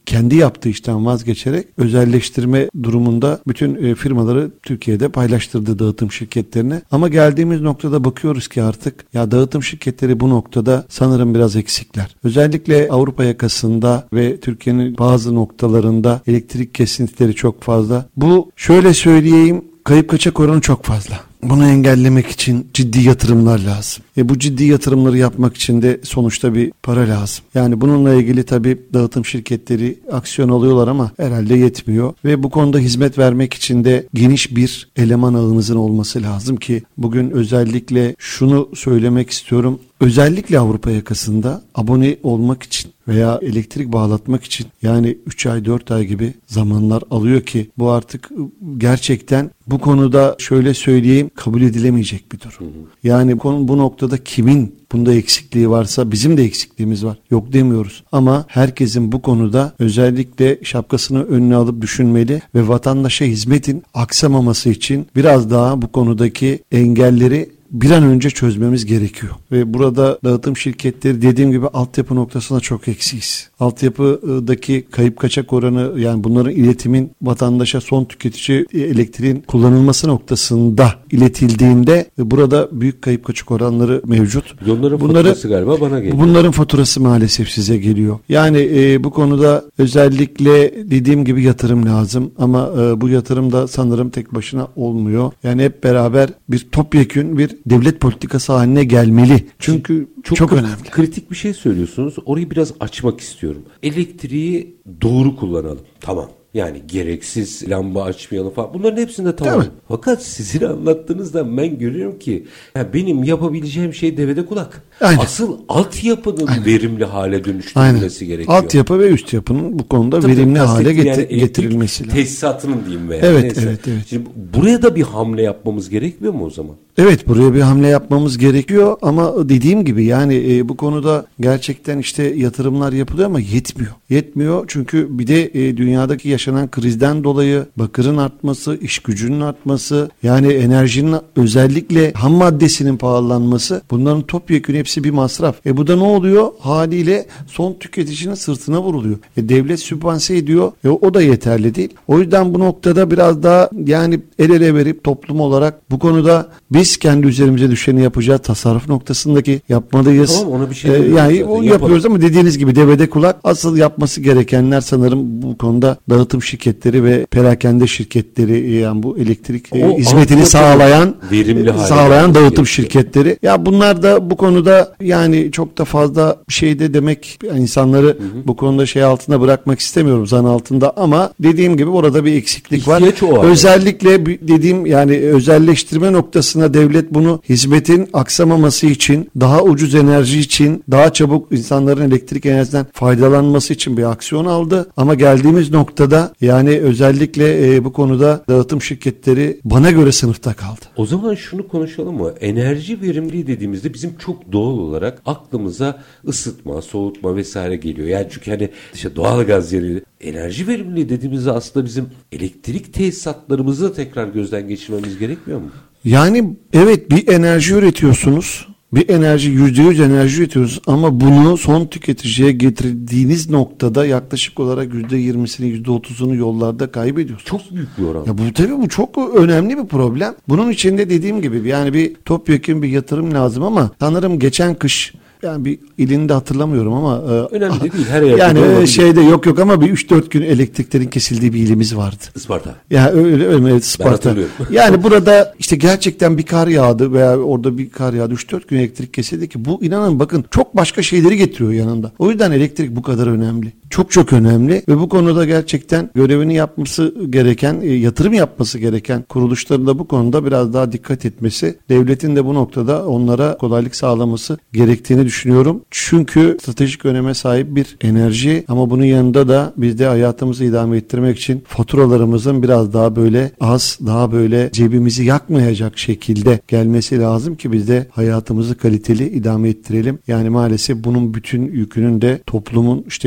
kendi yaptığı işten vazgeçerek özelleştirme durumunda bütün e, firmaları Türkiye'de paylaştırdı dağıtım şirketlerine. Ama geldiğimiz noktada bakıyoruz ki artık ya dağıtım şirketleri bu noktada sanırım biraz eksikler. Özellikle Avrupa yakasında ve Türkiye'nin bazı noktalarında elektrik kesintileri çok fazla. Bu şöyle söyleyeyim, kayıp kaçak oranı çok fazla. Bunu engellemek için ciddi yatırımlar lazım. E bu ciddi yatırımları yapmak için de sonuçta bir para lazım. Yani bununla ilgili tabii dağıtım şirketleri aksiyon alıyorlar ama herhalde yetmiyor. Ve bu konuda hizmet vermek için de geniş bir eleman ağınızın olması lazım ki bugün özellikle şunu söylemek istiyorum. Özellikle Avrupa yakasında abone olmak için veya elektrik bağlatmak için yani üç ay dört ay gibi zamanlar alıyor ki bu artık gerçekten bu konuda şöyle söyleyeyim kabul edilemeyecek bir durum. Yani konu bu noktada kimin bunda eksikliği varsa bizim de eksikliğimiz var. Yok demiyoruz ama herkesin bu konuda özellikle şapkasını önüne alıp düşünmeli ve vatandaşa hizmetin aksamaması için biraz daha bu konudaki engelleri bir an önce çözmemiz gerekiyor. Ve burada dağıtım şirketleri dediğim gibi altyapı noktasında çok eksiyiz. Altyapıdaki kayıp kaçak oranı yani bunların iletimin vatandaşa son tüketici elektriğin kullanılması noktasında iletildiğinde burada büyük kayıp kaçak oranları mevcut. Onların Bunları, faturası galiba bana geliyor. Bunların faturası maalesef size geliyor. Yani e, bu konuda özellikle dediğim gibi yatırım lazım ama e, bu yatırım da sanırım tek başına olmuyor. Yani hep beraber bir topyekün bir devlet politikası haline gelmeli. Çünkü çok, çok önemli. Kritik bir şey söylüyorsunuz. Orayı biraz açmak istiyorum. Elektriği doğru kullanalım. Tamam. Yani gereksiz lamba açmayalım falan. Bunların hepsinde tamam. Fakat sizin anlattığınızda ben görüyorum ki ya benim yapabileceğim şey devede kulak. Aynen. Asıl altyapının Aynen. verimli hale dönüştürülmesi Aynen. gerekiyor. Altyapı ve üst yapının bu konuda Tabii verimli hale getir- yani getirilmesi lazım. Tesisatının diyeyim veya evet, neyse. Evet, evet. Şimdi buraya da bir hamle yapmamız gerekmiyor mu o zaman? Evet buraya bir hamle yapmamız gerekiyor ama dediğim gibi yani e, bu konuda gerçekten işte yatırımlar yapılıyor ama yetmiyor. Yetmiyor çünkü bir de e, dünyadaki yaşanan krizden dolayı bakırın artması, iş gücünün artması yani enerjinin özellikle ham maddesinin pahalanması bunların topyekün hepsi bir masraf. E bu da ne oluyor? Haliyle son tüketicinin sırtına vuruluyor. E devlet sübvanse ediyor. E o da yeterli değil. O yüzden bu noktada biraz daha yani el ele verip toplum olarak bu konuda biz Biz kendi üzerimize düşeni yapacağız. Tasarruf noktasındaki yapmalıyız. Tamam ona bir şey ee, Yani zaten. onu yapıyoruz ama dediğiniz gibi devede kulak. Asıl yapması gerekenler sanırım bu konuda dağıtım şirketleri ve perakende şirketleri yani bu elektrik o, e, hizmetini sağlayan verimli e, sağlayan dağıtım gerekiyor. şirketleri. Ya bunlar da bu konuda yani çok da fazla şey de demek yani insanları hı hı. bu konuda şey altında bırakmak istemiyorum zan altında ama dediğim gibi orada bir eksiklik İhtiyaç var. Özellikle dediğim yani özelleştirme noktasına devlet bunu hizmetin aksamaması için, daha ucuz enerji için, daha çabuk insanların elektrik enerjisinden faydalanması için bir aksiyon aldı. Ama geldiğimiz noktada yani özellikle e, bu konuda dağıtım şirketleri bana göre sınıfta kaldı. O zaman şunu konuşalım mı? Enerji verimliliği dediğimizde bizim çok doğal olarak aklımıza ısıtma, soğutma vesaire geliyor. Yani çünkü hani işte doğalgaz yerine enerji verimliliği dediğimizde aslında bizim elektrik tesisatlarımızı da tekrar gözden geçirmemiz gerekmiyor mu? Yani evet bir enerji üretiyorsunuz. Bir enerji yüzde yüz enerji üretiyorsunuz ama bunu son tüketiciye getirdiğiniz noktada yaklaşık olarak yüzde yirmisini yüzde otuzunu yollarda kaybediyorsunuz. Çok büyük bir oran. Ya bu tabii bu çok önemli bir problem. Bunun içinde dediğim gibi yani bir topyekun bir yatırım lazım ama sanırım geçen kış yani bir ilini de hatırlamıyorum ama önemli de değil her yerde. Yani şeyde yok yok ama bir üç dört gün elektriklerin kesildiği bir ilimiz vardı. Isparta. Ya öyle öyle evet Isparta. Yani burada işte gerçekten bir kar yağdı veya orada bir kar yağdı üç dört gün elektrik kesildi ki bu inanın bakın çok başka şeyleri getiriyor yanında. O yüzden elektrik bu kadar önemli. Çok çok önemli ve bu konuda gerçekten görevini yapması gereken, yatırım yapması gereken kuruluşların da bu konuda biraz daha dikkat etmesi, devletin de bu noktada onlara kolaylık sağlaması gerektiğini düşünüyorum. Çünkü stratejik öneme sahip bir enerji ama bunun yanında da biz de hayatımızı idame ettirmek için faturalarımızın biraz daha böyle az, daha böyle cebimizi yakmayacak şekilde gelmesi lazım ki biz de hayatımızı kaliteli idame ettirelim. Yani maalesef bunun bütün yükünün de toplumun işte e,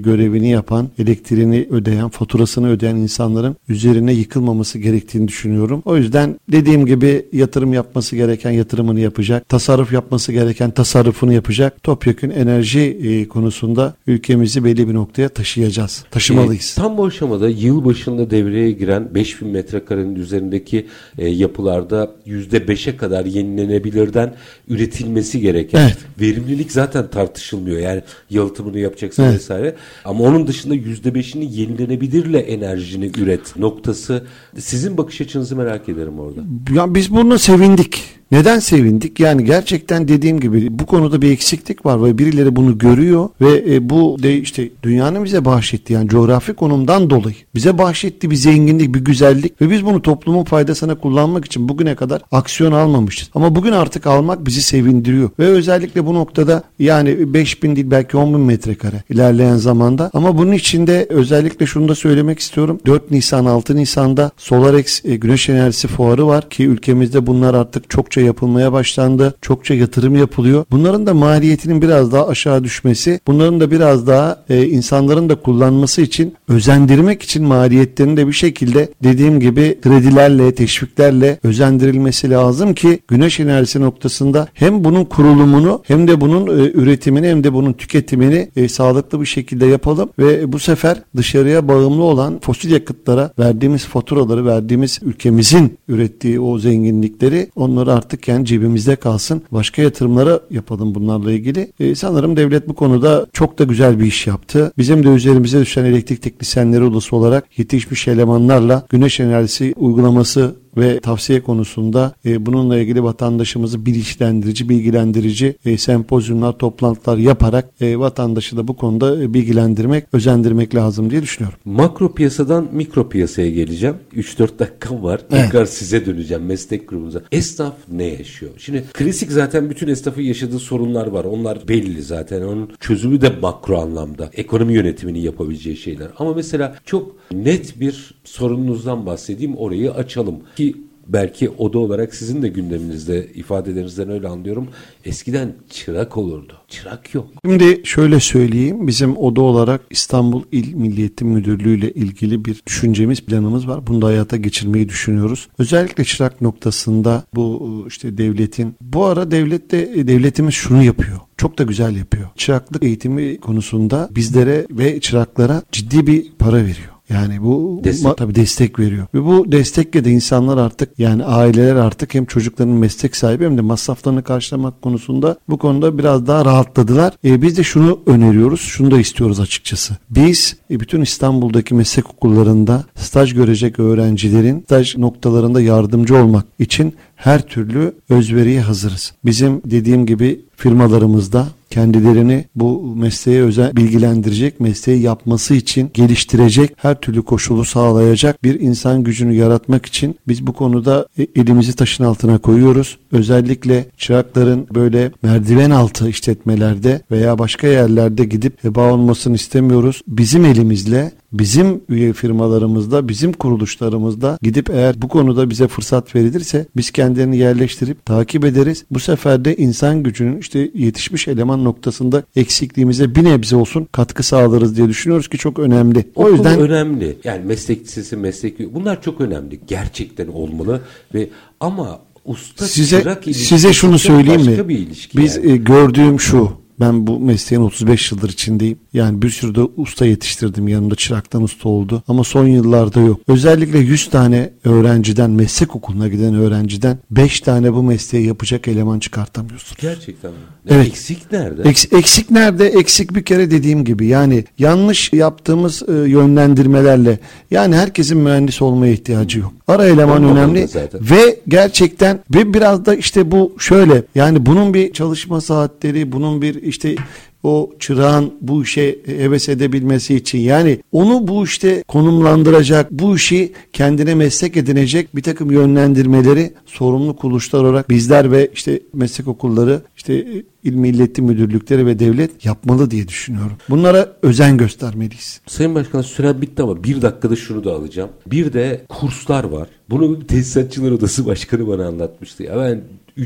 görevini yapan, elektriğini ödeyen, faturasını ödeyen insanların üzerine yıkılmaması gerektiğini düşünüyorum. O yüzden dediğim gibi yatırım yapması gereken yatırımını yapacak, tasarruf yapması gereken tasarrufunu yapacak. Topyekün enerji e, konusunda ülkemizi belli bir noktaya taşıyacağız. Taşımalıyız. E, tam bu aşamada yıl başında devreye giren beş bin metrekarenin üzerindeki e, yapılarda yüzde beşe kadar yenilenebilirden üretilmesi gereken. Evet. Verimlilik zaten tartışılmıyor. Yani yalıtımını yapacaksın evet. vesaire. Ama onun dışında yüzde beşini yenilenebilirle enerjini üret noktası. Sizin bakış açınızı merak ederim orada. Ya biz buna sevindik. Neden sevindik? Yani gerçekten dediğim gibi bu konuda bir eksiklik var ve birileri bunu görüyor ve e, bu de işte dünyanın bize bahşettiği yani coğrafi konumdan dolayı bize bahşettiği bir zenginlik, bir güzellik ve biz bunu toplumun faydasına kullanmak için bugüne kadar aksiyon almamışız. Ama bugün artık almak bizi sevindiriyor ve özellikle bu noktada yani beş bin değil belki on bin metrekare ilerleyen zamanda ama bunun içinde özellikle şunu da söylemek istiyorum. dört Nisan altı Nisan'da Solarex e, Güneş Enerjisi Fuarı var ki ülkemizde bunlar artık çokça yapılmaya başlandı. Çokça yatırım yapılıyor. Bunların da maliyetinin biraz daha aşağı düşmesi, bunların da biraz daha e, insanların da kullanması için özendirmek için maliyetlerini de bir şekilde dediğim gibi kredilerle, teşviklerle özendirilmesi lazım ki güneş enerjisi noktasında hem bunun kurulumunu hem de bunun e, üretimini hem de bunun tüketimini e, sağlıklı bir şekilde yapalım ve bu sefer dışarıya bağımlı olan fosil yakıtlara verdiğimiz faturaları, verdiğimiz ülkemizin ürettiği o zenginlikleri onları artık yani cebimizde kalsın. Başka yatırımlara yapalım bunlarla ilgili. Ee, sanırım devlet bu konuda çok da güzel bir iş yaptı. Bizim de üzerimize düşen elektrik teknisyenleri odası olarak yetişmiş elemanlarla güneş enerjisi uygulaması ve tavsiye konusunda e, bununla ilgili vatandaşımızı bilinçlendirici, bilgilendirici e, sempozyumlar, toplantılar yaparak e, vatandaşı da bu konuda e, bilgilendirmek, özendirmek lazım diye düşünüyorum. Makro piyasadan mikro piyasaya geleceğim. üç dört dakikam var. Evet. Tekrar size döneceğim, meslek grubunuza. Esnaf ne yaşıyor? Şimdi klasik zaten bütün esnafın yaşadığı sorunlar var. Onlar belli zaten. Onun çözümü de makro anlamda. Ekonomi yönetimini yapabileceği şeyler. Ama mesela çok net bir sorununuzdan bahsedeyim. Orayı açalım. Ki belki oda olarak sizin de gündeminizde ifadelerinizden öyle anlıyorum. Eskiden çırak olurdu. Çırak yok. Şimdi şöyle söyleyeyim. Bizim oda olarak İstanbul İl Milli Eğitim Müdürlüğü ile ilgili bir düşüncemiz, planımız var. Bunu da hayata geçirmeyi düşünüyoruz. Özellikle çırak noktasında bu işte devletin, bu ara devlette devletimiz şunu yapıyor. Çok da güzel yapıyor. Çıraklık eğitimi konusunda bizlere ve çıraklara ciddi bir para veriyor. Yani bu destek. tabii destek veriyor. Ve bu destekle de insanlar artık yani aileler artık hem çocukların meslek sahibi hem de masraflarını karşılamak konusunda bu konuda biraz daha rahatladılar. E, biz de şunu öneriyoruz, şunu da istiyoruz açıkçası. Biz e, bütün İstanbul'daki meslek okullarında staj görecek öğrencilerin staj noktalarında yardımcı olmak için her türlü özveriye hazırız. Bizim dediğim gibi firmalarımızda kendilerini bu mesleğe özel bilgilendirecek, mesleği yapması için geliştirecek, her türlü koşulu sağlayacak bir insan gücünü yaratmak için biz bu konuda elimizi taşın altına koyuyoruz. Özellikle çırakların böyle merdiven altı işletmelerde veya başka yerlerde gidip heba olmasını istemiyoruz. Bizim elimizle, bizim üye firmalarımızda, bizim kuruluşlarımızda gidip eğer bu konuda bize fırsat verilirse biz kendilerini yerleştirip takip ederiz. Bu sefer de insan gücünün işte yetişmiş eleman noktasında eksikliğimize bir nebze olsun katkı sağlarız diye düşünüyoruz ki çok önemli. O, o yüzden önemli. Yani meslek lisesi, meslek bunlar çok önemli. Gerçekten olmalı ve ama usta size çırak ilişkisi size şunu söyleyeyim başka mi? Bir ilişki Biz yani. e, gördüğüm şu. Ben bu mesleğin otuz beş yıldır içindeyim. Yani bir sürü de usta yetiştirdim. Yanımda çıraktan usta oldu. Ama son yıllarda yok. Özellikle yüz tane öğrenciden, meslek okuluna giden öğrenciden beş tane bu mesleği yapacak eleman çıkartamıyorsunuz. Gerçekten mi? Evet. Eksik nerede? Eks, eksik nerede? Eksik bir kere dediğim gibi. Yani yanlış yaptığımız e, yönlendirmelerle yani herkesin mühendis olmaya ihtiyacı yok. Ara eleman Olmamalı önemli zaten. ve gerçekten ve biraz da işte bu şöyle yani bunun bir çalışma saatleri, bunun bir işte o çırağın bu işe heves edebilmesi için yani onu bu işte konumlandıracak, bu işi kendine meslek edinecek bir takım yönlendirmeleri sorumlu kuruluşlar olarak bizler ve işte meslek okulları, işte İl Milli Eğitim Müdürlükleri ve devlet yapmalı diye düşünüyorum. Bunlara özen göstermeliyiz. Sayın Başkan süren bitti ama bir dakikada şunu da alacağım. Bir de kurslar var. Bunu Tesisatçılar Odası Başkanı bana anlatmıştı. Ya ben üç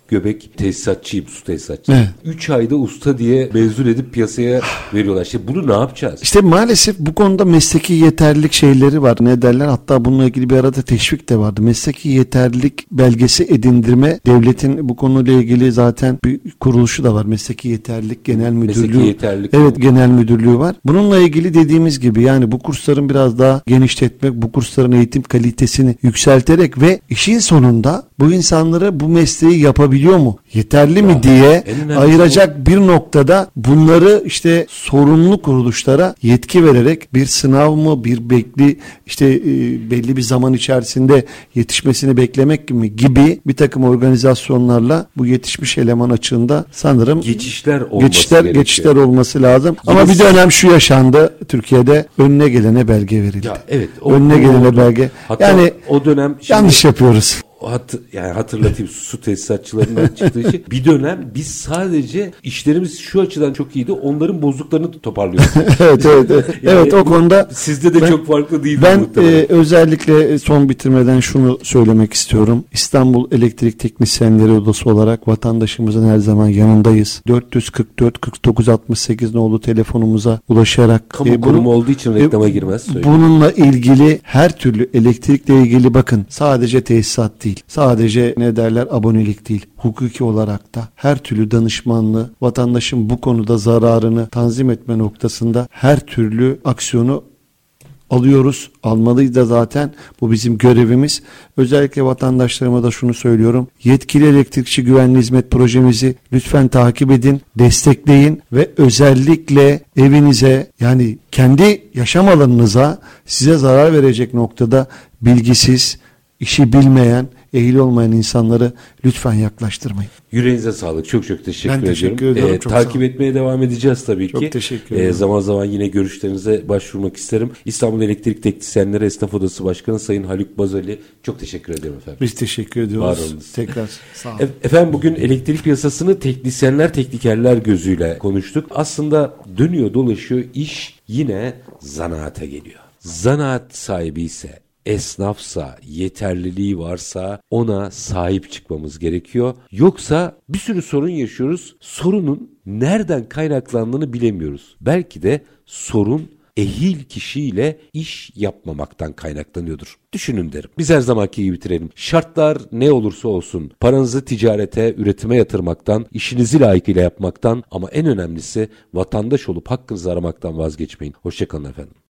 göbek tesisatçıyım, su tesisatçıyım. üç ayda usta diye mezun edip piyasaya veriyorlar. İşte bunu ne yapacağız? İşte maalesef bu konuda mesleki yeterlilik şeyleri var. Ne derler? Hatta bununla ilgili bir arada teşvik de vardı. Mesleki yeterlilik belgesi edindirme, devletin bu konuyla ilgili zaten bir kuruluşu da var. Mesleki yeterlilik genel müdürlüğü. Mesleki yeterlilik. Evet, genel müdürlüğü var. Bununla ilgili dediğimiz gibi yani bu kursların biraz daha genişletmek, bu kursların eğitim kalitesini yükselterek ve işin sonunda bu insanları bu mesleği yapabiliyor mu, yeterli ya, mi diye ayıracak o. Bir noktada bunları işte sorumlu kuruluşlara yetki vererek bir sınav mı, bir bekli işte e, belli bir zaman içerisinde yetişmesini beklemek gibi gibi bir takım organizasyonlarla bu yetişmiş eleman açığında sanırım geçişler olması geçişler, geçişler olması lazım. Yine ama bir dönem şu yaşandı Türkiye'de, önüne gelene belge verildi. Ya evet, o, önüne o, gelene o, belge. Hatta yani o dönem şimdi, yanlış yapıyoruz. Hat, yani hatırlatayım su tesisatçılarından çıktığı şey. Bir dönem biz sadece işlerimiz şu açıdan çok iyiydi. Onların bozduklarını toparlıyorduk. evet evet. Evet, yani evet o konuda sizde de ben, çok farklı değildi. Ben e, özellikle son bitirmeden şunu söylemek istiyorum. İstanbul Elektrik Teknisyenleri Odası olarak vatandaşımızın her zaman yanındayız. dört yüz kırk dört kırk dokuz altmış sekiz nolu telefonumuza ulaşarak kamu e, kurumu olduğu için reklama e, girmez. Söyleyeyim. Bununla ilgili her türlü elektrikle ilgili bakın sadece tesisat değil. Sadece ne derler abonelik değil. Hukuki olarak da her türlü danışmanlığı, vatandaşın bu konuda zararını tanzim etme noktasında her türlü aksiyonu alıyoruz. Almalıyız da zaten. Bu bizim görevimiz. Özellikle vatandaşlarıma da şunu söylüyorum. Yetkili elektrikçi güvenli hizmet projemizi lütfen takip edin, destekleyin ve özellikle evinize yani kendi yaşam alanınıza size zarar verecek noktada bilgisiz, işi bilmeyen, ehil olmayan insanları lütfen yaklaştırmayın. Yüreğinize sağlık. Çok çok teşekkür ediyorum. Ben teşekkür ediyorum. Ee, çok takip etmeye devam edeceğiz tabii çok ki. Çok teşekkür ederim. Ee, zaman zaman yine görüşlerinize başvurmak isterim. İstanbul Elektrik Teknisyenleri Esnaf Odası Başkanı Sayın Haluk Bazali. Çok teşekkür ederim efendim. Biz teşekkür ediyoruz. Tekrar sağ olun. E- efendim bugün elektrik piyasasını teknisyenler, teknikerler gözüyle konuştuk. Aslında dönüyor dolaşıyor iş yine zanaata geliyor. Zanaat sahibi ise, esnafsa, yeterliliği varsa ona sahip çıkmamız gerekiyor. Yoksa bir sürü sorun yaşıyoruz. Sorunun nereden kaynaklandığını bilemiyoruz. Belki de sorun ehil kişiyle iş yapmamaktan kaynaklanıyordur. Düşünün derim. Biz her zamanki gibi bitirelim. Şartlar ne olursa olsun paranızı ticarete, üretime yatırmaktan, işinizi layıkıyla yapmaktan ama en önemlisi vatandaş olup hakkınızı aramaktan vazgeçmeyin. Hoşça kalın efendim.